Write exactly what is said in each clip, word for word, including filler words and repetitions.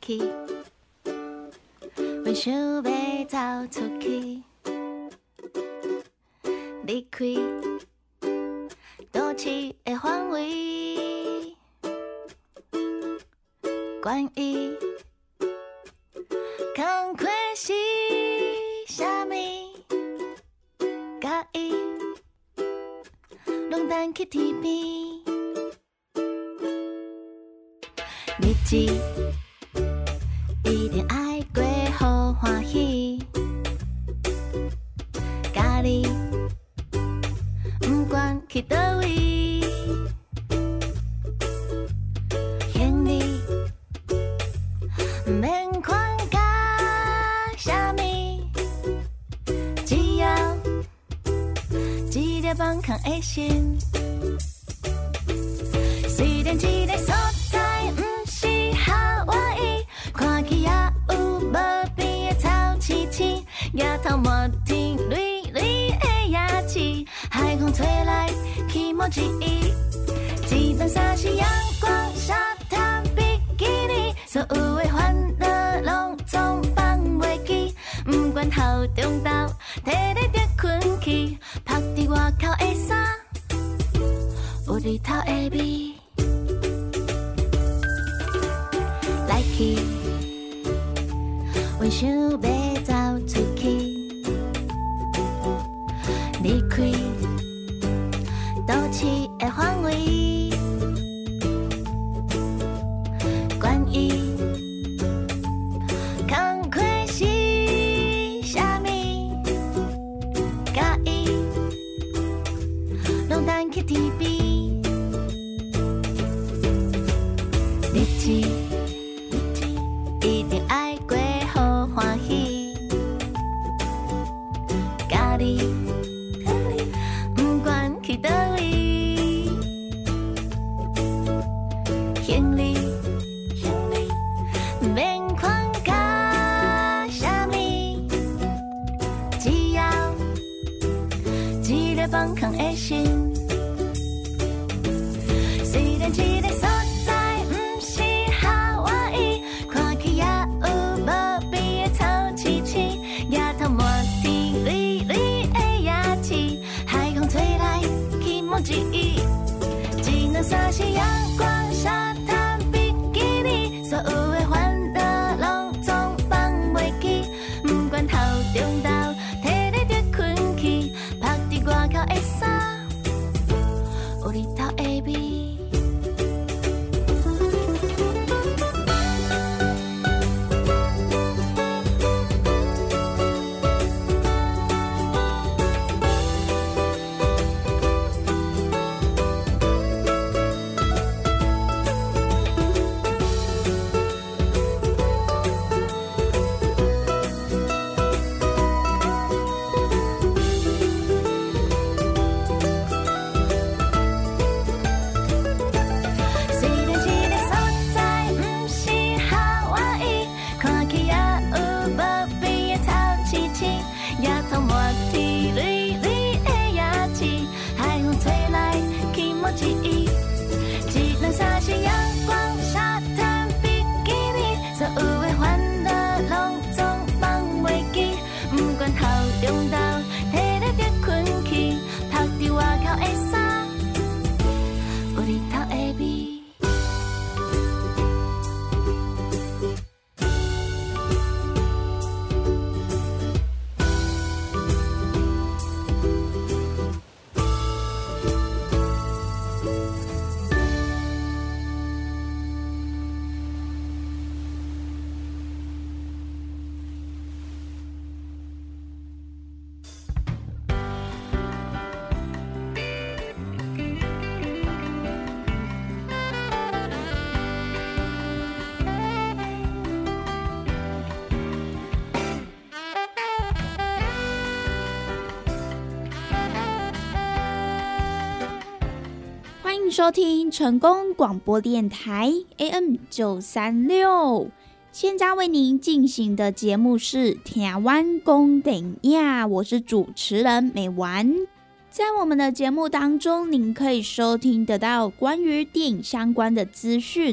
去，阮想要走出去，离开都市的范围，关于工课是啥物，甲伊拢等去天边，日子一定爱过好欢喜，甲你不管去倒位，行李免款甲啥物，只要一粒放空的心。虽然这个所在不是夏威夷，看起也有无边的草青青，野头满天绿绿的野市，海风吹来起毛记忆，一顿沙是阳光沙滩比基尼，所有的烦恼拢总放袂记，不管头中昼，摕咧着困去，晒伫外口的衫，有日头的味。来去，阮想要走出去，离开都市的范围，关于工课是啥物，甲伊拢等去天边，日子一定爱过好欢喜，甲你不管去倒位，行李免款甲啥物，只要一粒放空的心。虽然这个所在不是夏威夷，看起也有无边的草青青，野头满天绿绿的野市，海风吹来起毛记忆，一两衫是阳光沙滩比基尼，所有的烦恼拢总放袂记，不管头中昼，摕咧着困去，晒伫外口的衫，有日头的味。 收听成功广播电台 A M 九三六，现在为您进行的节目是听完公电影，我是主持人美丸。在我们的节目当中，您可以收听得到关于电影相关的资讯，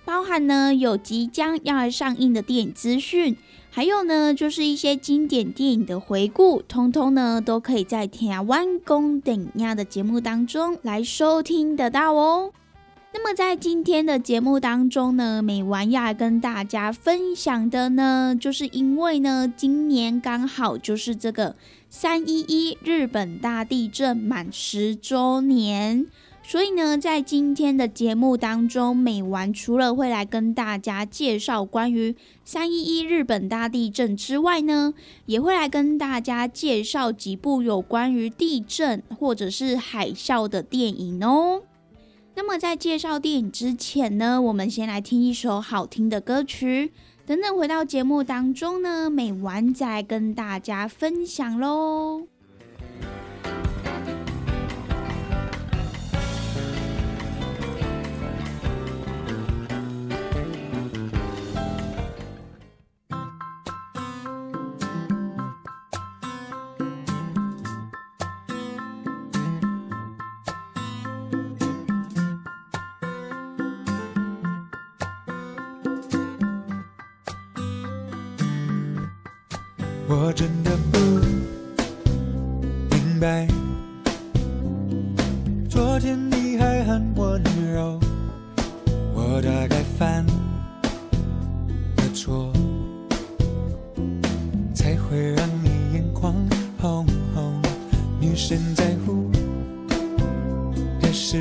包含呢有即将要来上映的电影资讯，还有呢就是一些经典电影的回顾，通通呢都可以在台湾公电影的节目当中来收听得到哦。那么在今天的节目当中呢，美婉要跟大家分享的呢，就是因为呢今年刚好就是这个三一一日本大地震满十周年，所以呢在今天的节目当中，美婉除了会来跟大家介绍关于三一一日本大地震之外呢，也会来跟大家介绍几部有关于地震或者是海啸的电影哦。那么在介绍电影之前呢，我们先来听一首好听的歌曲，等等回到节目当中呢，美婉再跟大家分享咯。 我真的不明白，昨天你还很温柔，我大概犯了错，才会让你眼眶红红。女生在乎的事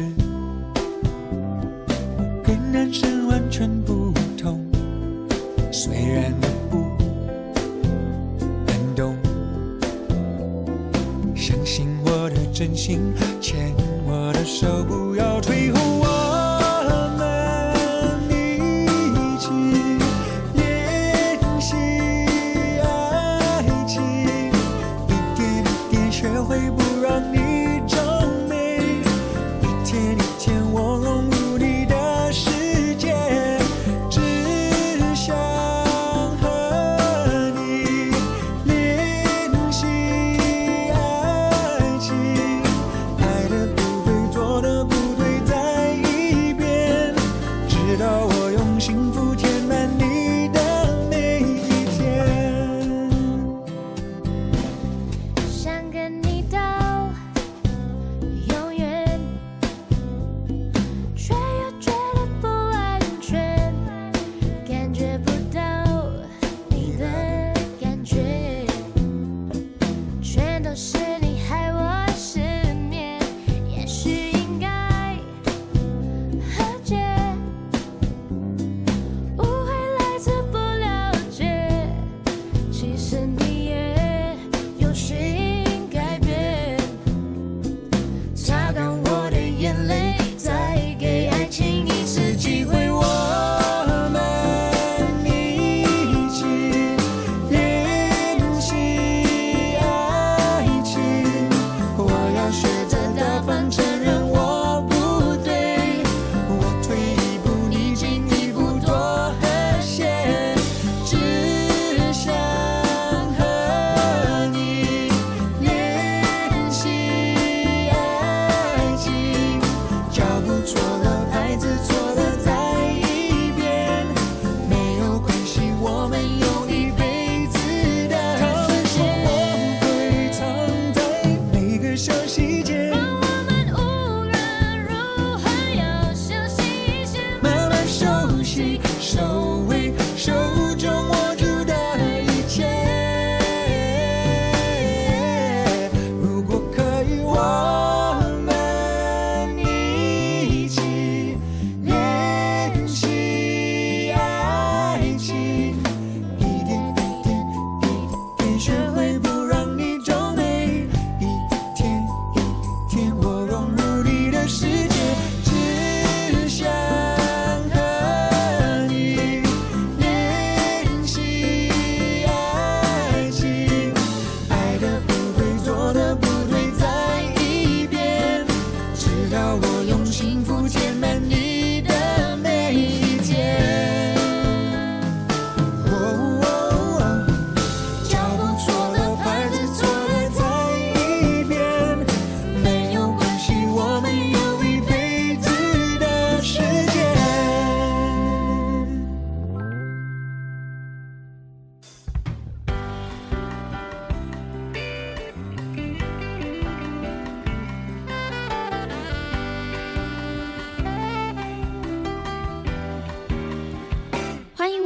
跟男生完全不同，虽然我不相信我的真心，牵我的手，不要退后，我们一起练习爱情，一点一点学会不让你皱眉，一天一天我融入你的世界，只想和你练习爱情，爱的不对，做的不对，在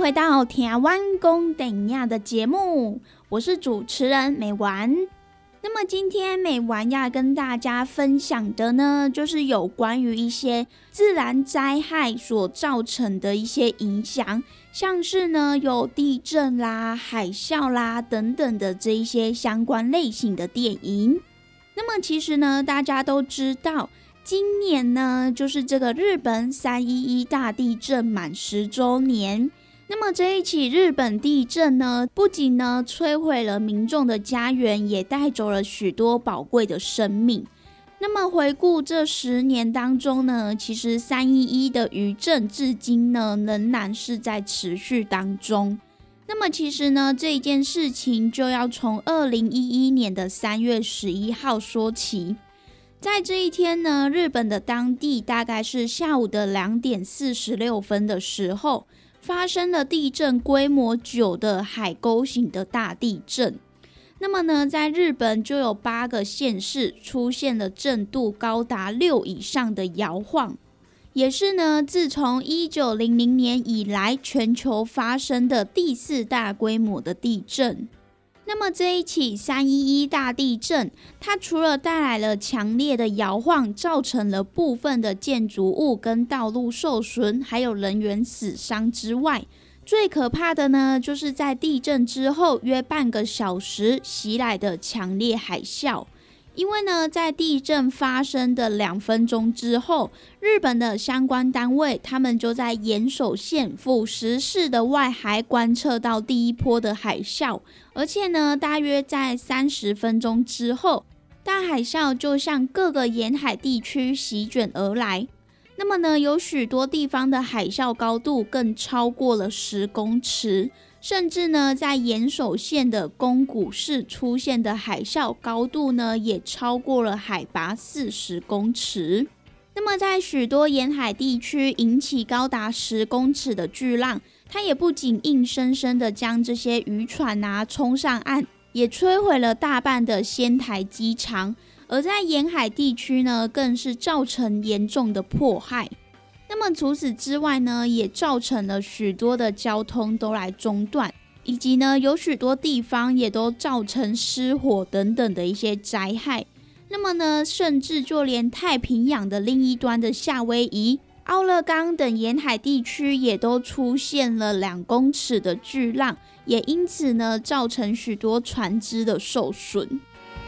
回到台湾公电影的节目，我是主持人美丸。那么今天美丸要跟大家分享的呢，就是有关于一些自然灾害所造成的一些影响，像是呢有地震啦、海啸啦等等的这一些相关类型的电影。那么其实呢，大家都知道，今年呢就是这个日本三一一大地震满十周年。那么这一起日本地震呢，不仅呢摧毁了民众的家园，也带走了许多宝贵的生命。那么回顾这十年当中呢，其实三一一的余震至今呢仍然是在持续当中。那么其实呢，这一件事情就要从二零一一年的三月十一号说起。在这一天呢，日本的当地大概是下午的两点四十六分的时候，发生了地震规模九的海沟型的大地震。那么呢，在日本就有八个县市出现了震度高达六以上的摇晃，也是呢自从一九零零年以来全球发生的第四大规模的地震。那么这一起三一一大地震，它除了带来了强烈的摇晃，造成了部分的建筑物跟道路受损，还有人员死伤之外，最可怕的呢，就是在地震之后约半个小时袭来的强烈海啸。因为呢，在地震发生的两分钟之后，日本的相关单位他们就在岩手县富石市的外海观测到第一波的海啸，而且呢，大约在三十分钟之后，大海啸就向各个沿海地区席卷而来。那么呢，有许多地方的海啸高度更超过了十公尺。甚至呢，在岩手县的宫古市出现的海啸高度呢，也超过了海拔四十公尺。那么在许多沿海地区引起高达十公尺的巨浪，它也不仅硬生生的将这些渔船啊冲上岸，也摧毁了大半的仙台机场。而在沿海地区呢，更是造成严重的迫害。那么除此之外呢，也造成了许多的交通都来中断，以及呢有许多地方也都造成失火等等的一些灾害。那么呢，甚至就连太平洋的另一端的夏威夷、奥勒冈等沿海地区也都出现了两公尺的巨浪，也因此呢造成许多船只的受损。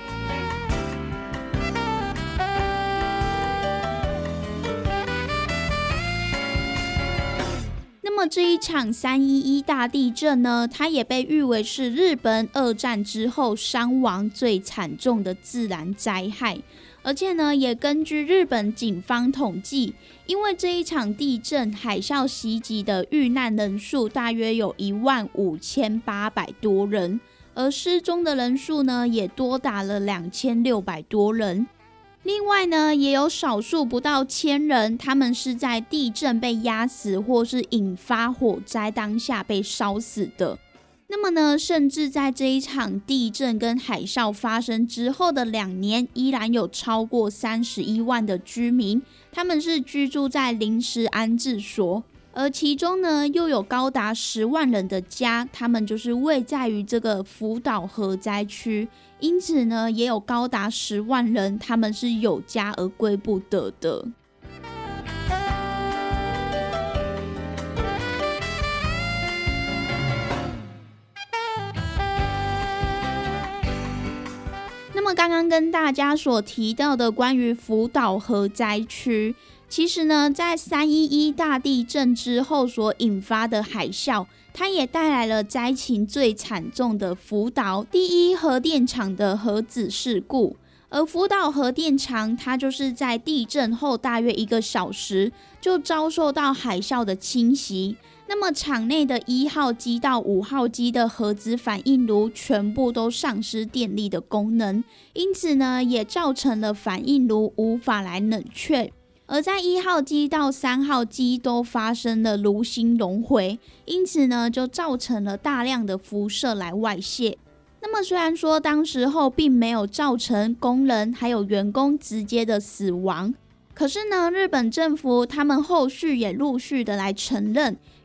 那么这一场三一一大地震呢，它也被誉为是日本二战之后伤亡最惨重的自然灾害。而且呢，也根据日本警方统计，因为这一场地震海啸袭击的遇难人数大约有一万五千八百多人，而失踪的人数呢也多达了两千六百多人。另外呢，也有少数不到千人，他们是在地震被压死，或是引发火灾当下被烧死的。那么呢，甚至在这一场地震跟海啸发生之后的两年，依然有超过三十一万的居民，他们是居住在临时安置所。而其中呢，又有高达十万人的家，他们就是位在于这个福岛核灾区，因此呢，也有高达十万人，他们是有家而归不得的。那么刚刚跟大家所提到的关于福岛核灾区，其实呢，在三一一大地震之后所引发的海啸，它也带来了灾情最惨重的福岛第一核电厂的核子事故。而福岛核电厂，它就是在地震后大约一个小时就遭受到海啸的侵袭。那么厂内的一号机到五号机的核子反应炉全部都丧失电力的功能，因此呢，也造成了反应炉无法来冷却。而在一号机到三号机都发生了炉心熔毁，因此呢，就造成了大量的辐射来外泄。那么虽然说当时候并没有造成工人还有员工直接的死亡，可是呢，日本政府他们后续也陆续的来承认，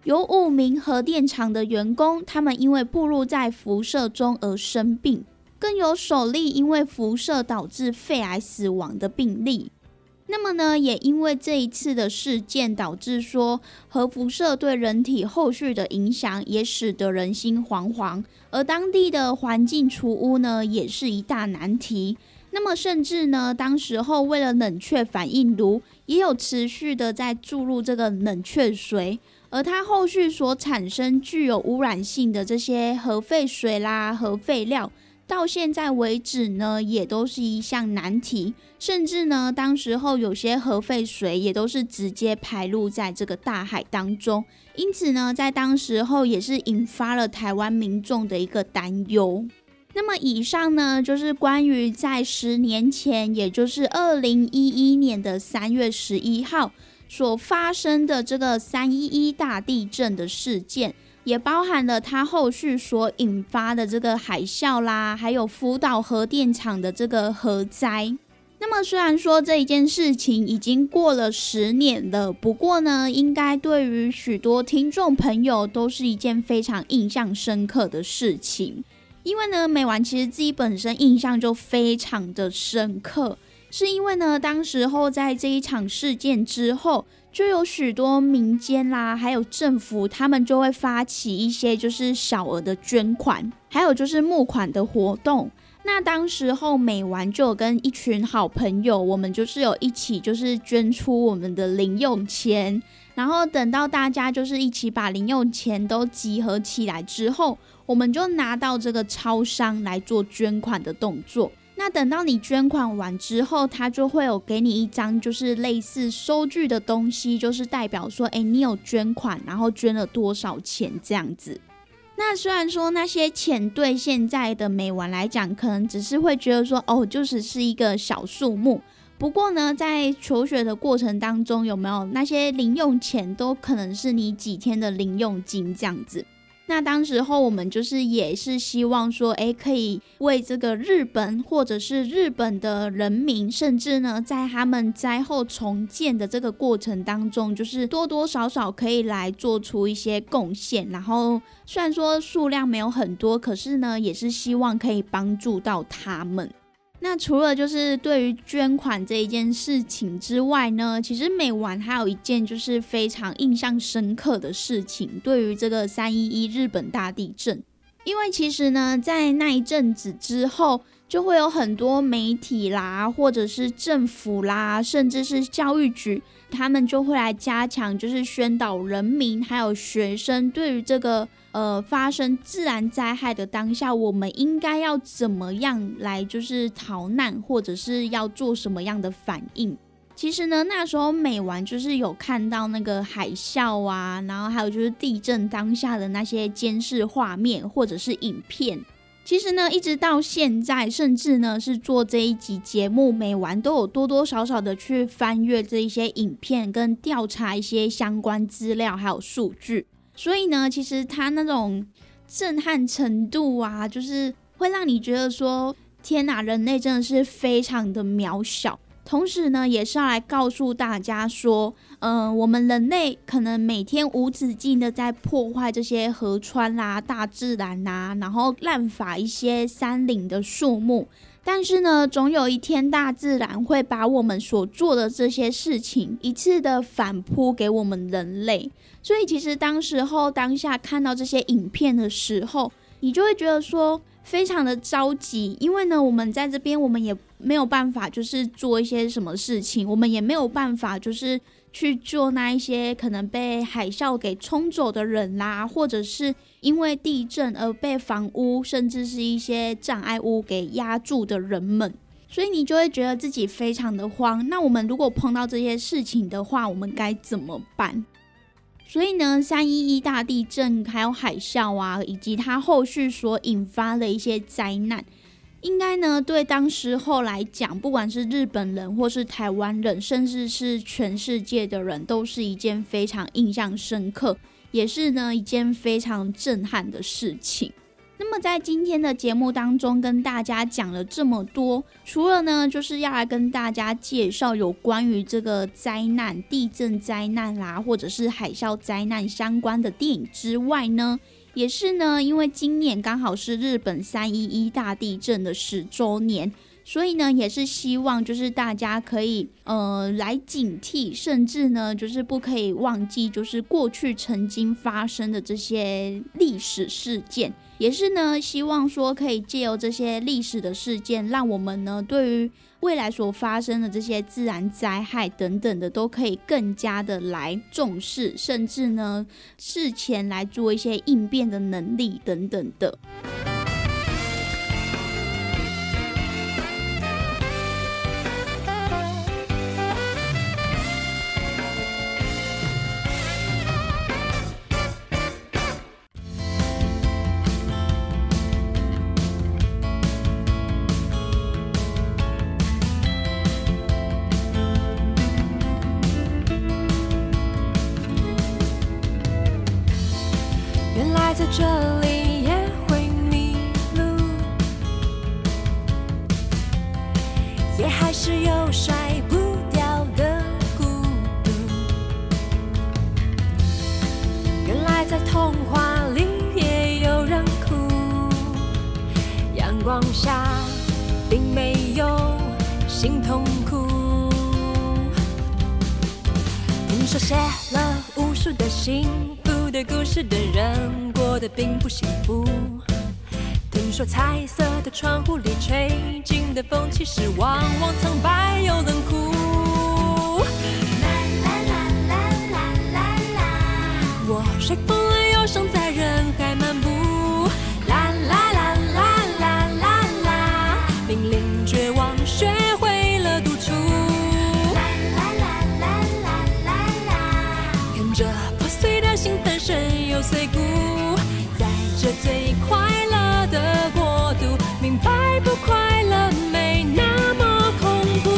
有五名核电厂的员工，他们因为暴露在辐射中而生病，更有首例因为辐射导致肺癌死亡的病例。那么呢，也因为这一次的事件，导致说核辐射对人体后续的影响，也使得人心惶惶，而当地的环境除污呢，也是一大难题。那么甚至呢，当时候为了冷却反应炉，也有持续的在注入这个冷却水，而它后续所产生具有污染性的这些核废水啦、核废料，到现在为止呢，也都是一项难题。甚至呢，当时候有些核废水也都是直接排入在这个大海当中，因此呢，在当时候也是引发了台湾民众的一个担忧。那么以上呢，就是关于在十年前，也就是二零一一年的三月十一号所发生的这个三一一大地震的事件，也包含了它后续所引发的这个海啸啦，还有福岛核电厂的这个核灾。那么虽然说这一件事情已经过了十年了，不过呢，应该对于许多听众朋友都是一件非常印象深刻的事情。因为呢，美婉其实自己本身印象就非常的深刻，是因为呢，当时候在这一场事件之后，就有许多民间啦，还有政府，他们就会发起一些就是小额的捐款，还有就是募款的活动。那当时候美婉就有跟一群好朋友，我们就是有一起就是捐出我们的零用钱，然后等到大家就是一起把零用钱都集合起来之后，我们就拿到这个超商来做捐款的动作。那等到你捐款完之后，他就会有给你一张就是类似收据的东西，就是代表说哎，你有捐款，然后捐了多少钱这样子。那虽然说那些钱对现在的美婉来讲，可能只是会觉得说哦，就只是一个小数目，不过呢，在求学的过程当中，有没有那些零用钱都可能是你几天的零用金这样子。那当时候我们就是也是希望说，哎，可以为这个日本或者是日本的人民，甚至呢，在他们灾后重建的这个过程当中，就是多多少少可以来做出一些贡献。然后虽然说数量没有很多，可是呢，也是希望可以帮助到他们。那除了就是对于捐款这一件事情之外呢，其实美婉还有一件就是非常印象深刻的事情，对于这个三一一日本大地震。因为其实呢，在那一阵子之后，就会有很多媒体啦，或者是政府啦，甚至是教育局，他们就会来加强就是宣导人民还有学生对于这个呃发生自然灾害的当下，我们应该要怎么样来就是逃难，或者是要做什么样的反应。其实呢，那时候美婉就是有看到那个海啸啊，然后还有就是地震当下的那些监视画面或者是影片。其实呢，一直到现在，甚至呢是做这一集节目，美婉都有多多少少的去翻阅这一些影片，跟调查一些相关资料还有数据。所以呢，其实它那种震撼程度啊，就是会让你觉得说，天哪，人类真的是非常的渺小。同时呢，也是要来告诉大家说，嗯、呃，我们人类可能每天无止境的在破坏这些河川啦、大自然啦，然后滥伐一些山林的树木。但是呢，总有一天大自然会把我们所做的这些事情一次的反扑给我们人类。所以其实当时候当下看到这些影片的时候，你就会觉得说非常的着急，因为呢，我们在这边我们也没有办法就是做一些什么事情，我们也没有办法就是去做那一些可能被海啸给冲走的人啦，或者是因为地震而被房屋甚至是一些障碍物给压住的人们。所以你就会觉得自己非常的慌，那我们如果碰到这些事情的话，我们该怎么办？所以呢，三一一大地震还有海啸啊，以及它后续所引发的一些灾难，应该呢对当时候来讲，不管是日本人或是台湾人，甚至是全世界的人，都是一件非常印象深刻，也是呢一件非常震撼的事情。 那么在今天的节目当中跟大家讲了这么多，除了呢就是要来跟大家介绍有关于这个灾难、地震灾难啦，或者是海啸灾难相关的电影之外呢，也是呢因为今年刚好是日本三一一大地震的十周年，所以呢也是希望就是大家可以呃来警惕，甚至呢就是不可以忘记就是过去曾经发生的这些历史事件，也是呢希望说可以借由这些历史的事件，让我们呢对于未来所发生的这些自然灾害等等的都可以更加的来重视，甚至呢事前来做一些应变的能力等等的。 在这里也会迷路，也还是有甩不掉的孤独。原来在童话里也有人哭，阳光下并没有心痛苦。听说写了无数的幸福的故事的人过得并不幸福，听说彩色的窗户里吹进的风其实往往苍白又冷酷。啦啦啦啦啦啦啦，我说服了忧伤在人海漫步。啦啦啦啦啦啦啦，濒临绝望学会了独处。啦啦啦啦啦啦啦，看着破碎的心粉身又碎骨。这最快乐的国度，明白不快乐没那么恐怖。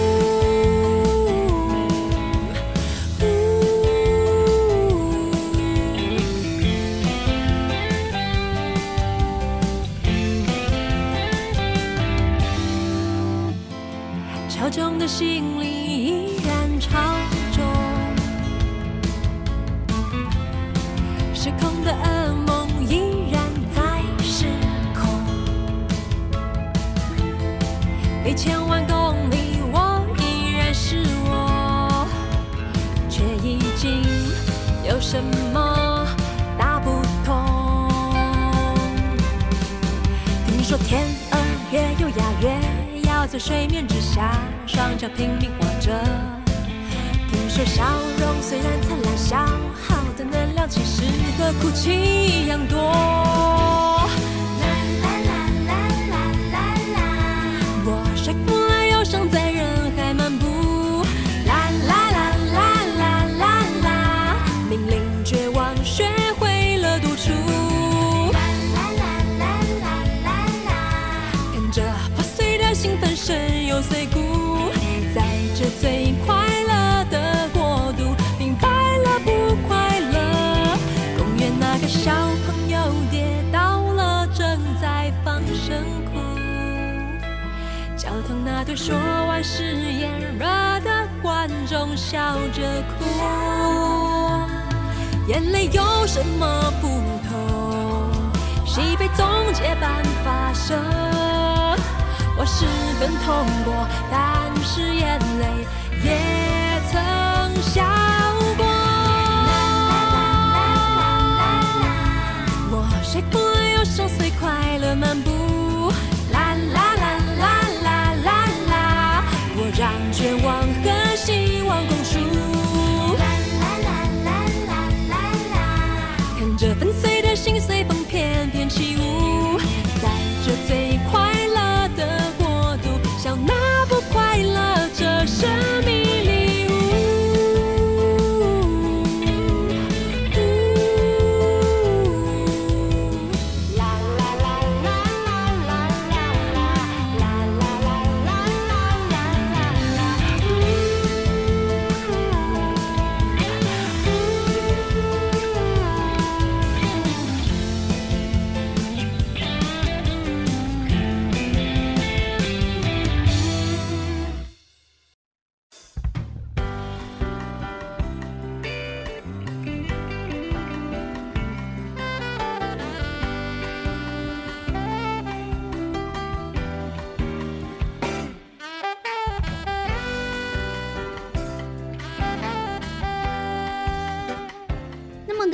敲钟的心里依然吵钟，失控的噩梦依然在失控，飞千万公里我依然是我，却已经有什么大不同。听说天鹅越优雅越要在水面之下，双脚拼命活着。听说笑容虽然灿烂，消耗的能量其实和哭泣一样多。啦啦啦啦啦啦啦，我说服了忧伤在人海漫步。啦啦啦啦啦啦啦，濒临绝望学会了独处。啦啦啦啦啦啦啦，看着破碎的心粉身又碎骨，在这最快乐的国度，明白了不快乐。公园那个小朋友跌倒了，正在放声哭。教堂那对说完誓言热的观众笑着哭。眼泪有什么不同？喜悲总结般发生。我十分痛过，但是眼泪也曾笑过。我说服了忧伤随快乐漫步。啦啦啦啦啦啦啦，我让绝望和希望共处。啦啦啦啦啦啦啦，看着粉碎的心随风翩翩起舞，在这最快乐的国度，像那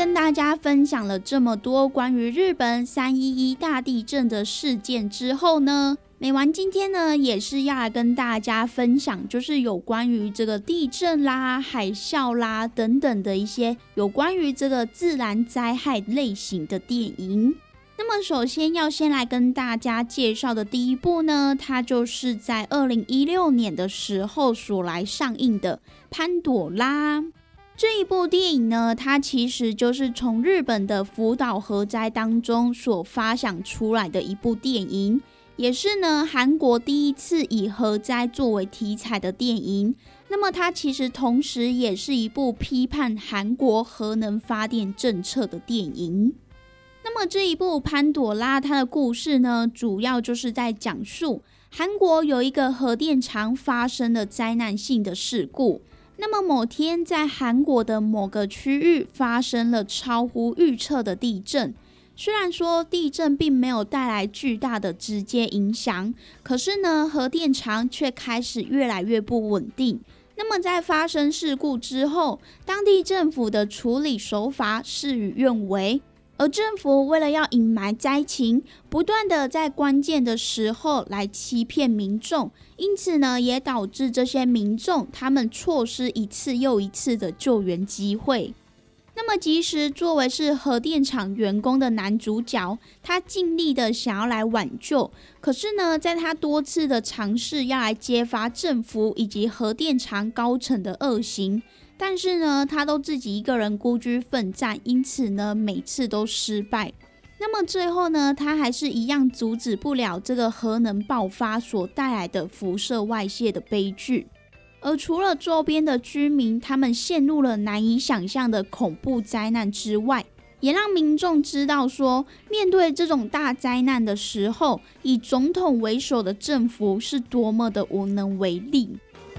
跟大家分享了这么多关于日本三一一大地震的事件之后呢，美完今天呢也是要来跟大家分享，就是有关于这个地震啦、海啸啦等等的一些有关于这个自然灾害类型的电影。那么首先要先来跟大家介绍的第一部呢，它就是在二零一六年的时候所来上映的《潘朵拉》。这一部电影呢，它其实就是从日本的福岛核灾当中所发想出来的一部电影，也是呢韩国第一次以核灾作为题材的电影。那么它其实同时也是一部批判韩国核能发电政策的电影。那么这一部《潘朵拉》它的故事呢，主要就是在讲述韩国有一个核电厂发生了灾难性的事故。那么某天在韩国的某个区域发生了超乎预测的地震，虽然说地震并没有带来巨大的直接影响，可是呢核电厂却开始越来越不稳定。那么在发生事故之后，当地政府的处理手法事与愿违，而政府为了要隐瞒灾情，不断的在关键的时候来欺骗民众，因此呢，也导致这些民众他们错失一次又一次的救援机会。那么即使作为是核电厂员工的男主角，他尽力的想要来挽救，可是呢，在他多次的尝试要来揭发政府以及核电厂高层的恶行，但是呢，他都自己一个人孤军奋战，因此呢，每次都失败。那么最后呢，他还是一样阻止不了这个核能爆发所带来的辐射外泄的悲剧。而除了周边的居民他们陷入了难以想象的恐怖灾难之外，也让民众知道说，面对这种大灾难的时候，以总统为首的政府是多么的无能为力。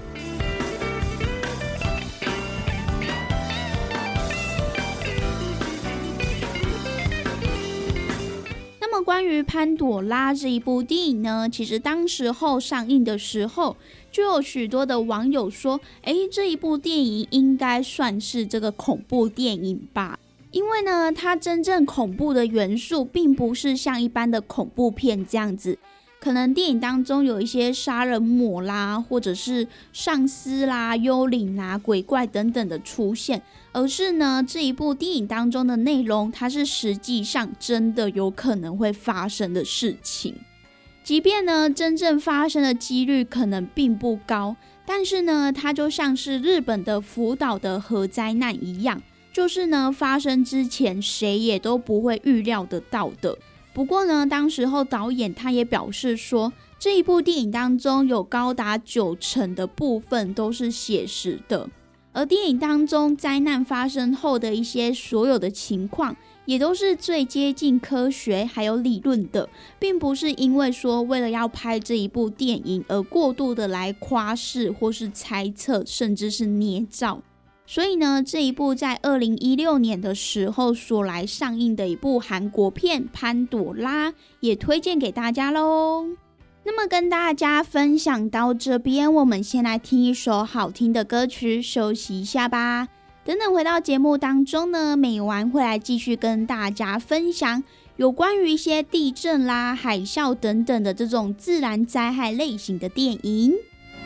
那么关于潘朵拉这一部电影呢，其实当时候上映的时候，就有许多的网友说，诶，这一部电影应该算是这个恐怖电影吧。因为呢，它真正恐怖的元素并不是像一般的恐怖片这样子，可能电影当中有一些杀人魔啦，或者是丧尸啦、幽灵啦、鬼怪等等的出现，而是呢，这一部电影当中的内容，它是实际上真的有可能会发生的事情。即便呢，真正发生的几率可能并不高，但是呢，它就像是日本的福岛的核灾难一样，就是呢，发生之前谁也都不会预料得到的。不过呢，当时候导演他也表示说，这一部电影当中有高达九成的部分都是写实的，而电影当中灾难发生后的一些所有的情况，也都是最接近科学还有理论的，并不是因为说为了要拍这一部电影而过度的来夸饰或是猜测，甚至是捏造。所以呢，这一部在二零一六年的时候所来上映的一部韩国片《潘朵拉》也推荐给大家咯。那么跟大家分享到这边，我们先来听一首好听的歌曲休息一下吧。等等回到节目当中呢，美完会来继续跟大家分享有关于一些地震啦、海啸等等的这种自然灾害类型的电影。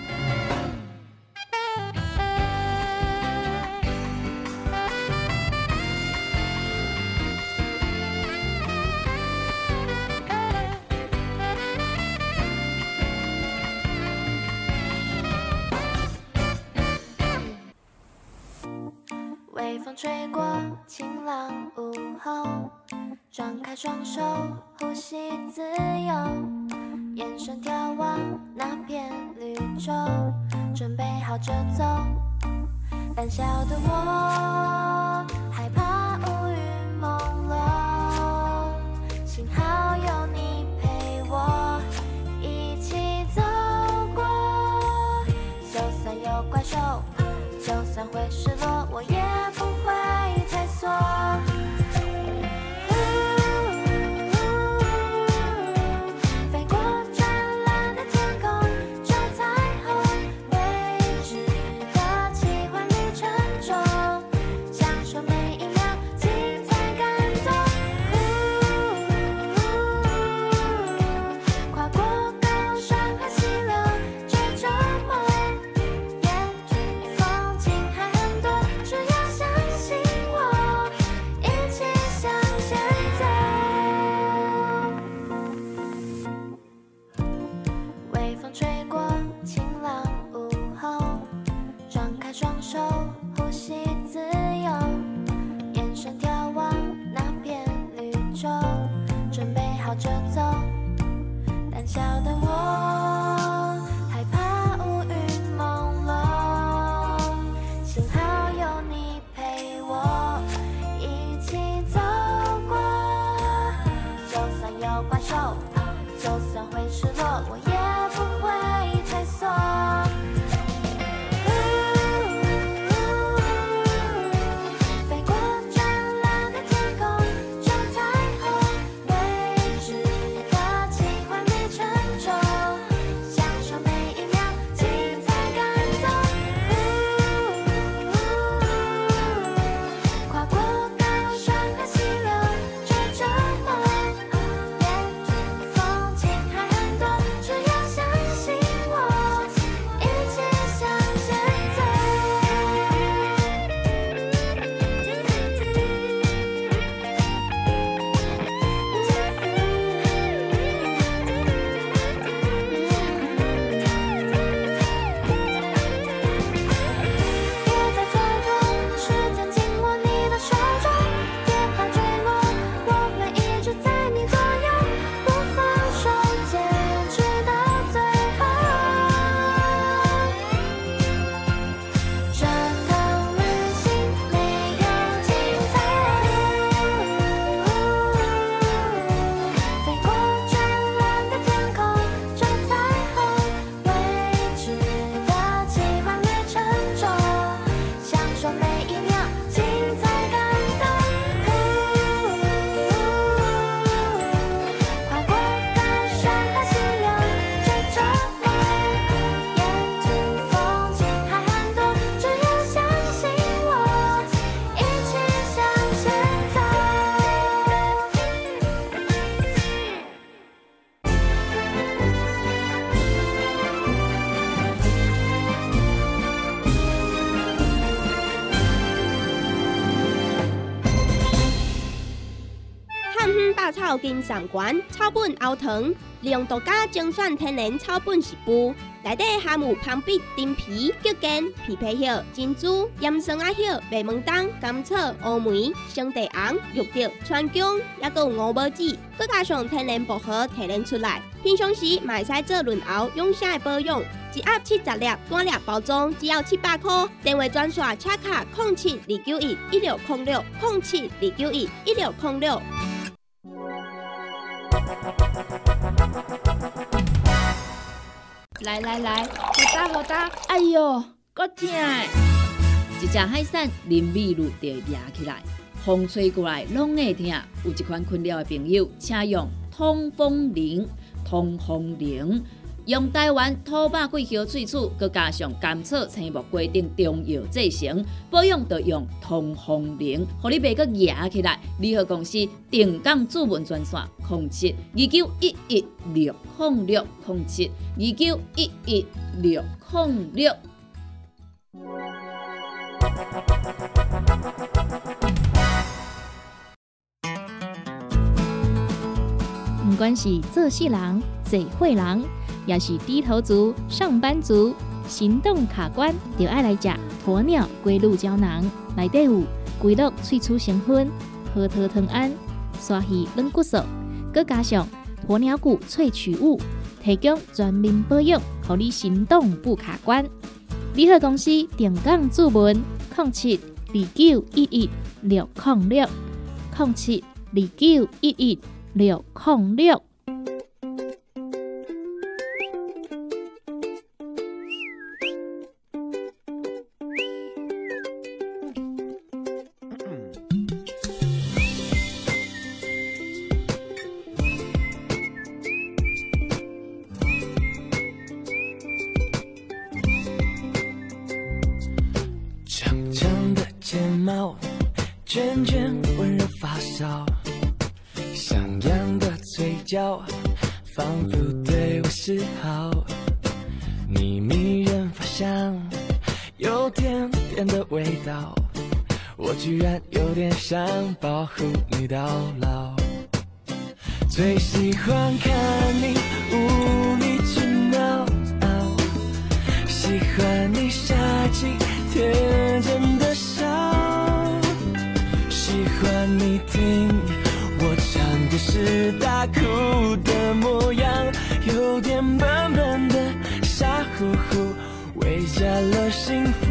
微风吹过晴朗午后，张开双手，呼吸自由，眼神眺望那片绿洲，准备好就走。胆小的我，害怕乌云朦胧，幸好有你陪我一起走过。就算有怪兽，就算会失落，我也不会退缩。飞过湛蓝的天空，找彩虹，未知的奇幻旅程中，享受每一秒，尽小的我，害怕乌云朦胧，幸好有你陪我一起走过。就算有怪兽，就算会失落，我也不会退缩。 草金上馆草本熬糖，利用独家精选天然草本食补，内底含有芳碧、陈皮、桔梗、枇杷叶、珍珠、盐酸仔叶、白门冬、甘草、乌梅、生地红、玉竹、川芎，还有五宝子，再加上天然薄荷提炼出来。平常时嘛会使做润喉养生的保养，一盒七十粒，单粒包装只要七百块。电话专线车卡零七二九一一六零六零七二九一一六零六。 来来来，好打好打，哎哟，够痛！ 一只海扇淋米露就压起来，风吹过来拢会痛。有一款困扰的朋友，请用通风灵。通风灵用台湾土白桂花萃取，佮加上甘草、青木、规定中药制成，保养就用通风灵，互你袂佮压起来。联合公司定岗主文专线：零七二九一一六零六零七二九一一六零六。 不管是做事人、做会人，也是低头族、上班族，行动卡关，就爱来吃鸵鸟龟鹿胶囊。内底有龟鹿萃取成分、核桃藤胺、鲨鱼软骨素，佮加上鸵鸟骨萃取物，提供全面保养，让你行动不卡关。联合公司定岗主文：零七二九一一六零六零七二九一一六零六。 长长的睫毛，卷卷温柔发梢，上扬的嘴角，仿佛对我示好。你迷人发香，有甜甜的味道，我居然有点想保护你到老。最喜欢看你无理取闹，喜欢你傻气天真的笑，喜欢你听我唱的是大哭的模样， 有点笨笨的傻乎乎，为下了幸福。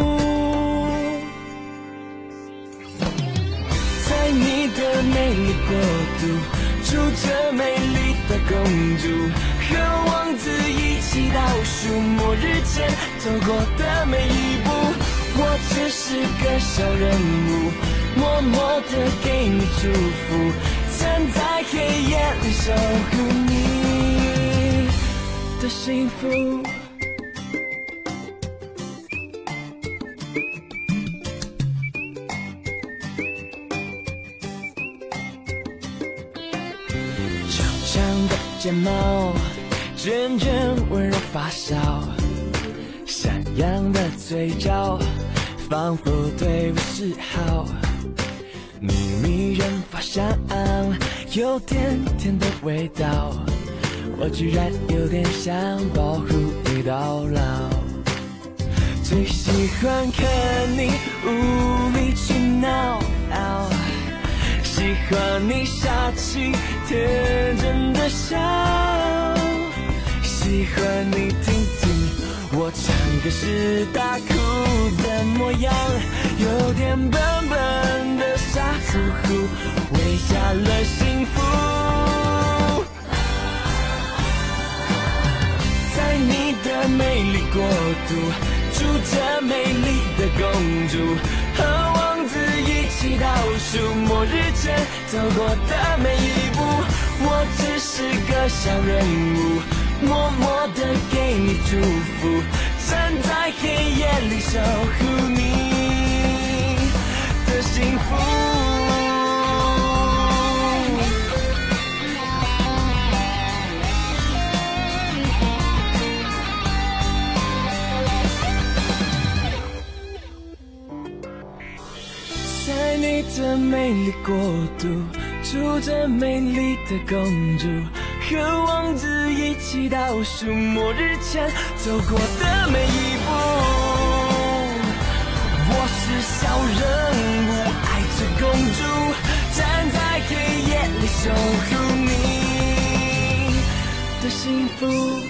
在你的美丽国度，住着美丽的公主，和王子一起倒数末日前走过的每一步。我只是个小人物，默默地给你祝福，站在黑夜里守护你的幸福。长长的睫毛渐渐温柔发烧，闪亮的嘴角仿佛对我示好，你迷人发香有甜甜的味道，我居然有点想保护你到老。最喜欢看你无理取闹，喜欢你傻气天真的笑，喜欢你听听我唱歌时大哭的模样，有点笨笨的傻乎乎，为下了幸福。在你的美丽国度，住着美丽的公主，和王子一起倒数末日前走过的每一步。我只是个小人物，默默地给你祝福，站在黑夜里守护你的幸福。在你的美丽国度，住着美丽的公主，和王子一起倒数末日前走过的每一步。我是小人物，爱着公主，站在黑夜里守护你的幸福。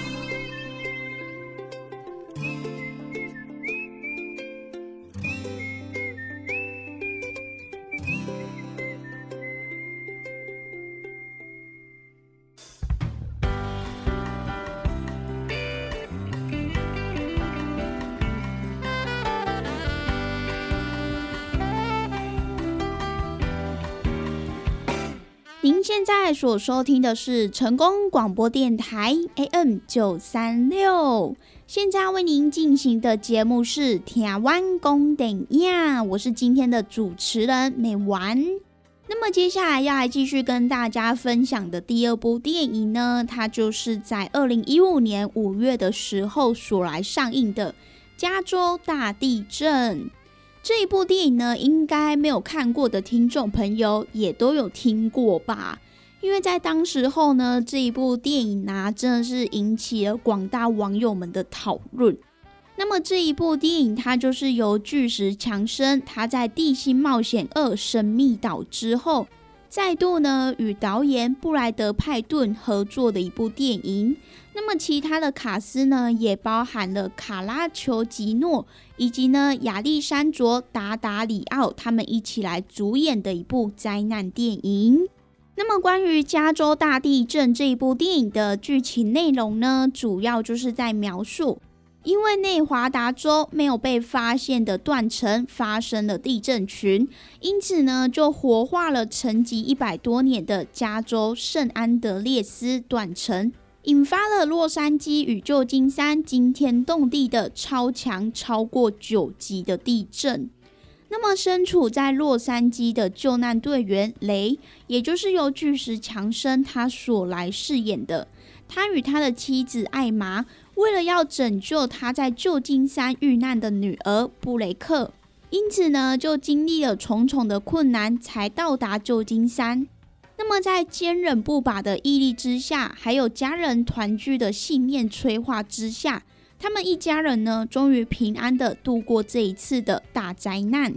您现在所收听的是成功广播电台 A M 九三六，现在为您进行的节目是听湾公电影，我是今天的主持人美丸。那么接下来要来继续跟大家分享的第二部电影呢，它就是在二零一五年五月的时候所来上映的加州大地震。这一部电影呢，应该没有看过的听众朋友也都有听过吧，因为在当时候呢，这一部电影啊真的是引起了广大网友们的讨论。那么这一部电影它就是由巨石强森他在《地心冒险二：神秘岛》之后再度呢与导演布莱德派顿合作的一部电影。那么其他的卡司呢也包含了卡拉裘吉诺以及呢亚历山卓达达里奥他们一起来主演的一部灾难电影。那么关于加州大地震这一部电影的剧情内容呢，主要就是在描述因为内华达州没有被发现的断层发生了地震群，因此呢就活化了沉寂一百多年的加州圣安德烈斯断层，引发了洛杉矶与旧金山惊天动地的超强超过九级的地震。那么身处在洛杉矶的救难队员雷，也就是由巨石强森他所来饰演的，他与他的妻子艾玛为了要拯救他在旧金山遇难的女儿布雷克，因此呢就经历了重重的困难才到达旧金山。那么在坚韧不拔的毅力之下，还有家人团聚的信念催化之下，他们一家人呢终于平安的度过这一次的大灾难。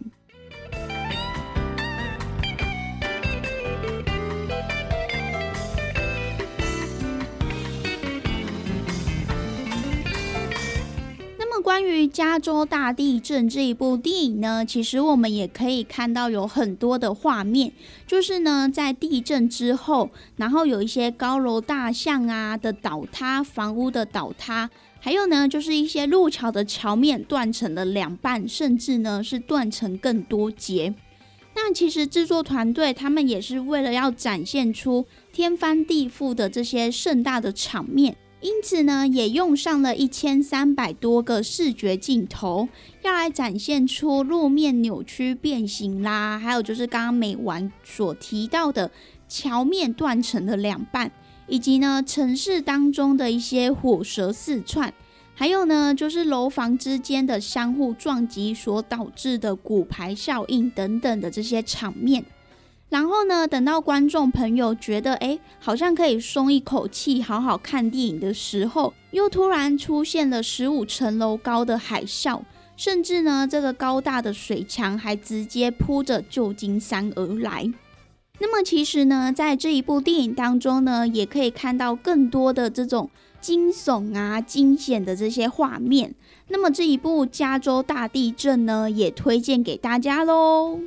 关于加州大地震这一部电影呢，其实我们也可以看到有很多的画面，就是呢在地震之后，然后有一些高楼大厦啊的倒塌，房屋的倒塌，还有呢就是一些路桥的桥面断成了两半，甚至呢是断成更多节。那其实制作团队他们也是为了要展现出天翻地覆的这些盛大的场面，因此呢也用上了一千三百多个视觉镜头，要来展现出路面扭曲变形啦，还有就是刚刚美婉所提到的桥面断成了两半，以及呢城市当中的一些火舌四窜，还有呢就是楼房之间的相互撞击所导致的骨牌效应等等的这些场面。然后呢等到观众朋友觉得诶好像可以松一口气好好看电影的时候，又突然出现了十五层楼高的海啸，甚至呢这个高大的水墙还直接扑着旧金山而来。那么其实呢在这一部电影当中呢，也可以看到更多的这种惊悚啊惊险的这些画面。那么这一部加州大地震呢，也推荐给大家咯。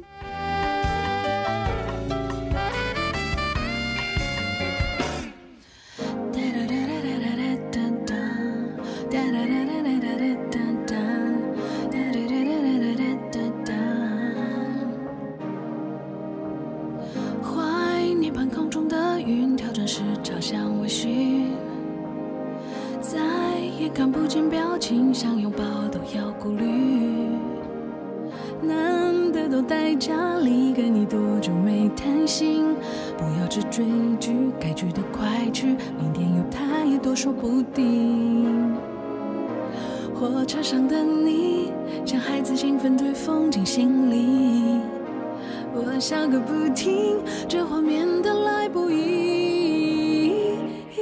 怀念半空中的云，调整时朝向微醺，再也看不见表情，想拥抱都要顾虑。难得都待家里，跟你多久没谈心？不要只追剧，该去的快去，明天有太多说不定。火车上的你，像孩子兴奋对风景心里，我笑个不停，这画面的来不易。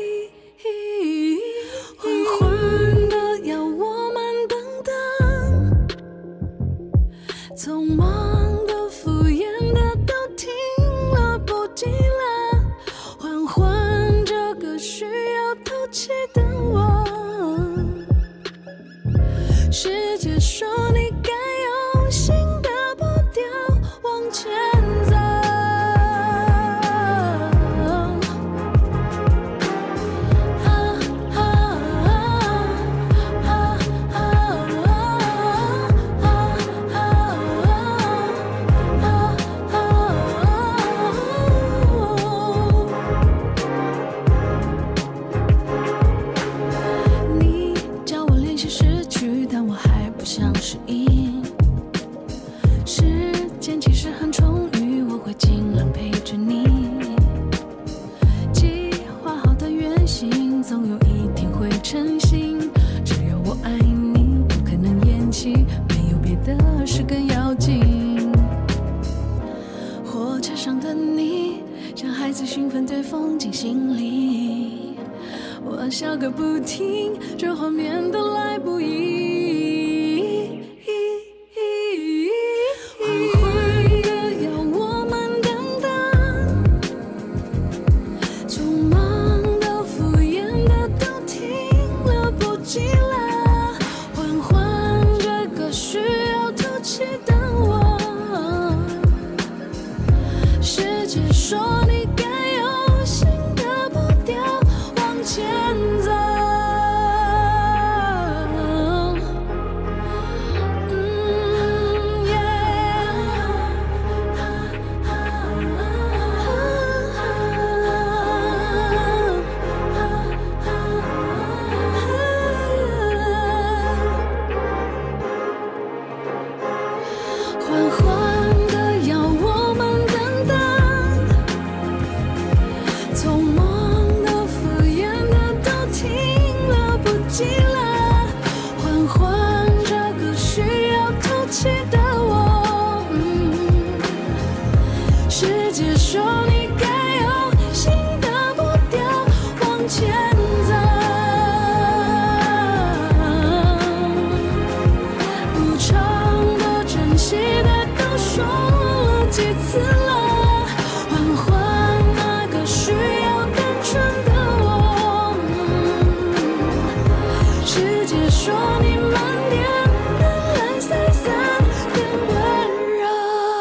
缓缓的要我们等等，匆忙的敷衍的都停了不及了，缓缓这个需要透气的我，世界说你该有新的步调往前走。你叫我练习失去，但我还不想适应。时间其实很充裕，我会尽量陪着你。计划好的远行，总有一天会成型。只要我爱你，不可能延期，没有别的事更要紧。火车上的你，像孩子兴奋对风景心里，我笑个不停，这画面都来不及。缓缓的要我们等等，匆忙的敷衍的都停了不及了，缓缓这个需要透气的我，世界说你该有新的步调往前走。缓缓的要我们等等，匆忙的敷衍的都停了不及了，缓缓这个需要透气的我，嗯，世界说你该有新的步调往前走。不长的珍惜的都说了几次了，缓缓那个需要单纯的我，嗯，世世界说你慢点，懒懒散散变温柔。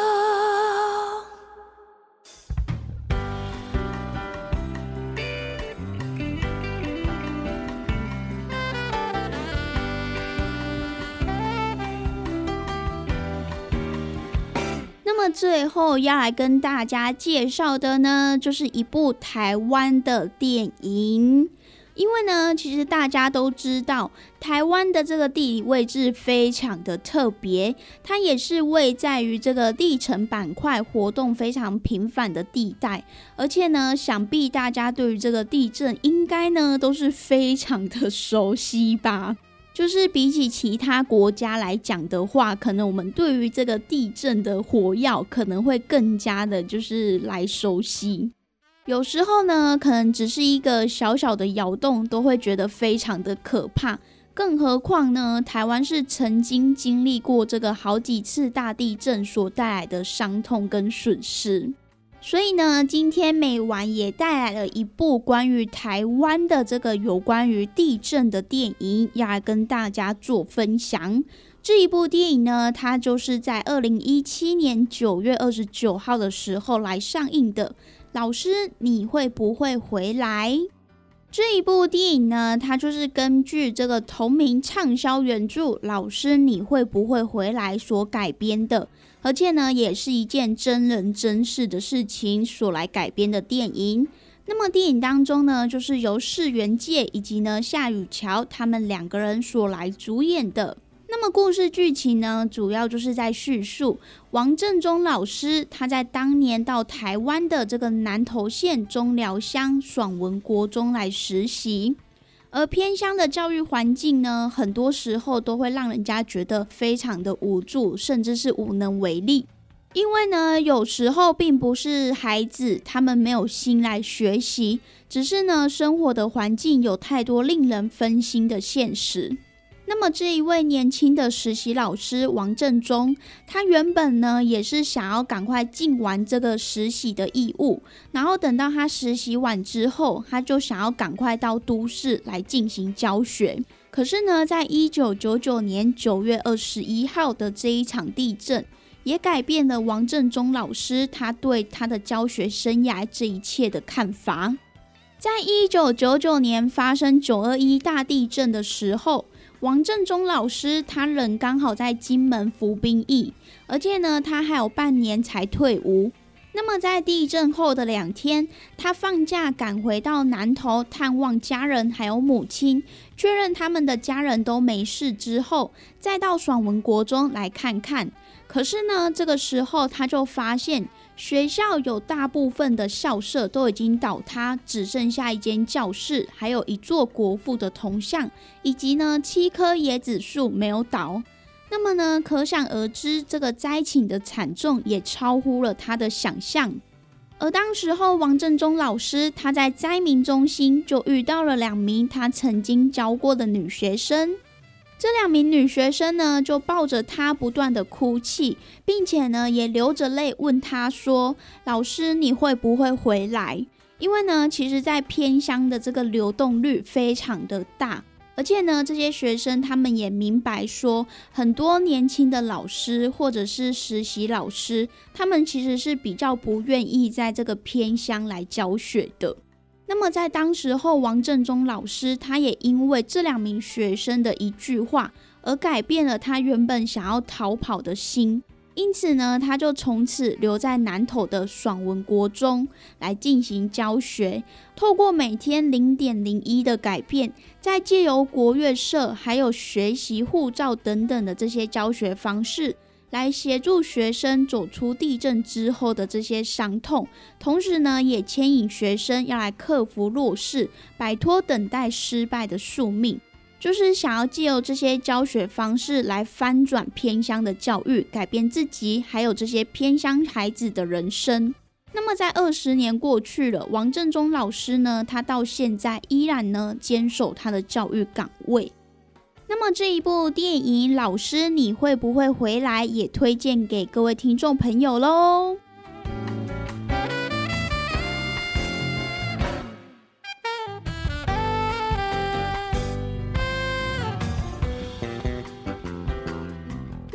那么最后要来跟大家介绍的呢，就是一部台湾的电影。因为呢，其实大家都知道，台湾的这个地理位置非常的特别，它也是位在于这个地层板块活动非常频繁的地带，而且呢，想必大家对于这个地震应该呢都是非常的熟悉吧。就是比起其他国家来讲的话，可能我们对于这个地震的活跃可能会更加的就是来熟悉。有时候呢，可能只是一个小小的摇动都会觉得非常的可怕，更何况呢，台湾是曾经经历过这个好几次大地震所带来的伤痛跟损失。所以呢，今天美晚也带来了一部关于台湾的这个有关于地震的电影，要来跟大家做分享。这一部电影呢，它就是在二零一七年九月二十九号的时候来上映的。老师，你会不会回来？这一部电影呢，它就是根据这个同名畅销原著《老师，你会不会回来》所改编的，而且呢，也是一件真人真事的事情所来改编的电影。那么电影当中呢，就是由释元介以及呢夏雨乔他们两个人所来主演的。那么故事剧情呢，主要就是在叙述王正中老师他在当年到台湾的这个南投县中寮乡爽文国中来实习，而偏乡的教育环境呢，很多时候都会让人家觉得非常的无助，甚至是无能为力。因为呢，有时候并不是孩子他们没有心来学习，只是呢，生活的环境有太多令人分心的现实。那么这一位年轻的实习老师王正中，他原本呢也是想要赶快尽完这个实习的义务，然后等到他实习完之后，他就想要赶快到都市来进行教学。可是呢，在一九九九年九月二十一号的这一场地震，也改变了王正中老师他对他的教学生涯这一切的看法。在一九九九年发生九二一大地震的时候，王正中老师他人刚好在金门服兵役，而且呢，他还有半年才退伍。那么在地震后的两天，他放假赶回到南投探望家人还有母亲，确认他们的家人都没事之后，再到爽文国中来看看。可是呢，这个时候他就发现学校有大部分的校舍都已经倒塌，只剩下一间教室，还有一座国父的铜像，以及呢七棵椰子树没有倒。那么呢，可想而知，这个灾情的惨重也超乎了他的想象。而当时候，王正中老师他在灾民中心就遇到了两名他曾经教过的女学生。这两名女学生呢，就抱着他不断的哭泣，并且呢，也流着泪问他说：“老师，你会不会回来？”因为呢，其实在偏乡的这个流动率非常的大，而且呢，这些学生他们也明白说，很多年轻的老师或者是实习老师，他们其实是比较不愿意在这个偏乡来教学的。那么在当时候，王正中老师他也因为这两名学生的一句话而改变了他原本想要逃跑的心，因此呢，他就从此留在南投的爽文国中来进行教学，透过每天 零点零一 的改变，再借由国乐社还有学习护照等等的这些教学方式，来协助学生走出地震之后的这些伤痛，同时呢，也牵引学生要来克服弱势，摆脱等待失败的宿命，就是想要借由这些教学方式来翻转偏乡的教育，改变自己还有这些偏乡孩子的人生。那么在二十年过去了，王正中老师呢，他到现在依然呢坚守他的教育岗位。那么这一部电影《老师你会不会回来》也推荐给各位听众朋友咯。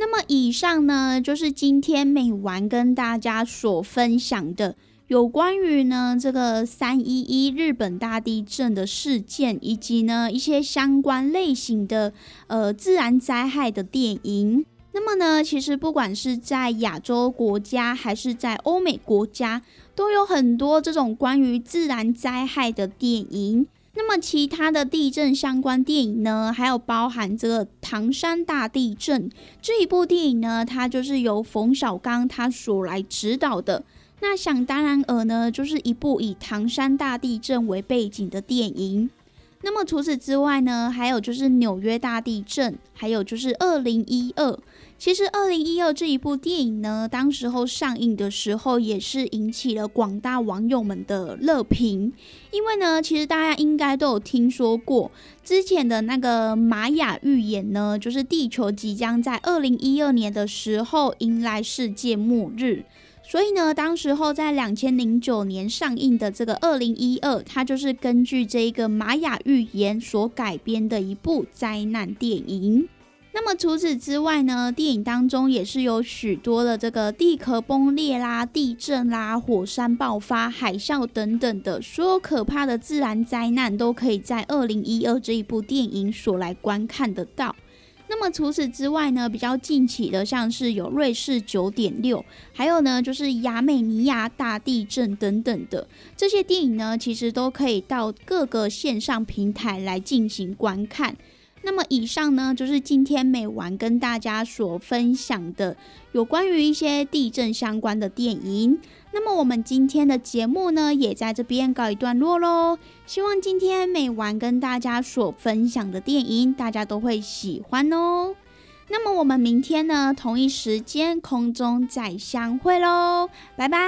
那么以上呢，就是今天美丸跟大家所分享的有关于呢这个三一一日本大地震的事件，以及呢一些相关类型的呃自然灾害的电影。那么呢，其实不管是在亚洲国家还是在欧美国家，都有很多这种关于自然灾害的电影。那么其他的地震相关电影呢，还有包含这个唐山大地震这一部电影呢，它就是由冯小刚他所来指导的。那想当然尔呢，就是一部以唐山大地震为背景的电影。那么除此之外呢，还有就是纽约大地震，还有就是二零一二。其实二零一二这一部电影呢，当时候上映的时候也是引起了广大网友们的热评。因为呢，其实大家应该都有听说过之前的那个玛雅预言呢，就是地球即将在二零一二年的时候迎来世界末日。所以呢，当时候在两千零九年上映的这个二零一二，它就是根据这一个玛雅预言所改编的一部灾难电影。那么除此之外呢，电影当中也是有许多的这个地壳崩裂啦、地震啦、火山爆发、海啸等等的所有可怕的自然灾难，都可以在二零一二这一部电影所来观看得到。那么除此之外呢，比较近期的像是有瑞士 九点六， 还有呢就是亚美尼亚大地震等等的这些电影呢，其实都可以到各个线上平台来进行观看。那么以上呢，就是今天美丸跟大家所分享的有关于一些地震相关的电影。那么我们今天的节目呢，也在这边告一段落咯。希望今天美丸跟大家所分享的电影，大家都会喜欢哦。那么我们明天呢，同一时间空中再相会咯，拜拜。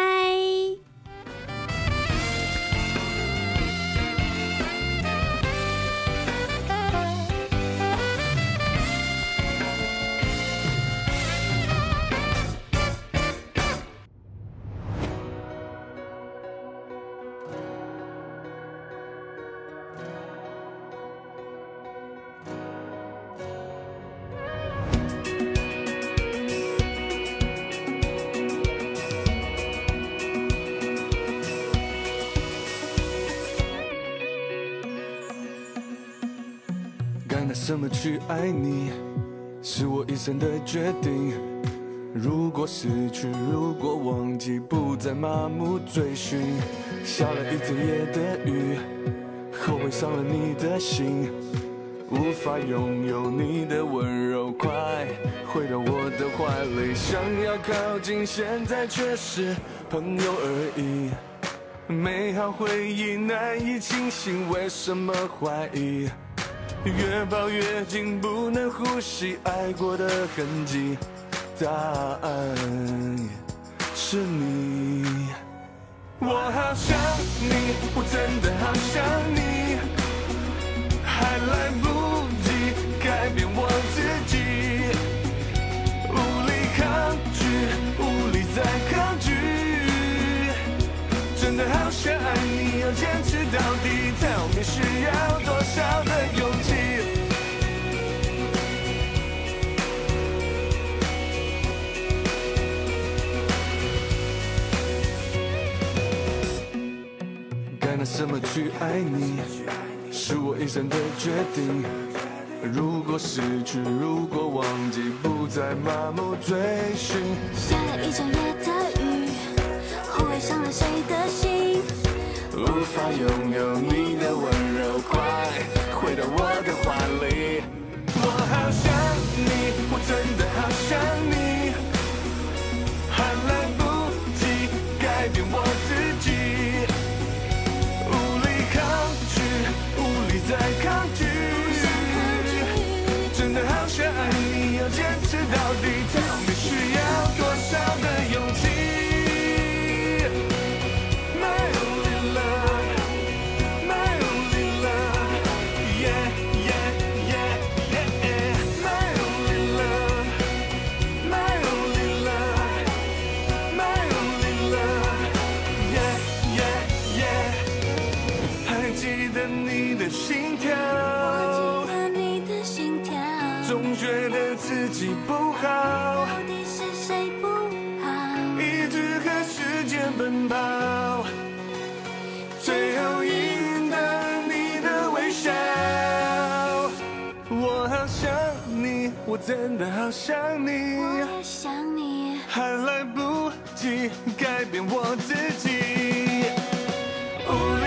拿什么去爱你，是我一生的决定。如果失去，如果忘记，不再麻木追寻。下了一整夜的雨，后悔伤了你的心，无法拥有你的温柔，快回到我的怀里。想要靠近，现在却是朋友而已。美好回忆难以清醒，为什么怀疑？越抱越紧，不能呼吸，爱过的痕迹，答案是你。我好想你，我真的好想你，还来不及改变我自己，无力抗拒，无力再抗拒，真的好想爱你，要坚持到底。Tell me 需要多少的勇气？该拿什么去爱你，是我一生的决定。如果失去，如果忘记，不再麻木追寻。 下了一整夜的雨，后悔伤了谁的心， 无法拥有你的温柔，快回到我的怀里。我好想你，我真的好想你，还来不及改变我自己，无力抗拒，无力再抗拒，真的好想爱你，要坚持到底。Tell me 需要多少的勇气？心跳， 你的心跳， 总觉得自己不好， 到底是谁不好？ 一直和时间奔跑，最后赢得你的微笑。我好想你，我真的好想你， 我也想你， 还来不及改变我自己。无论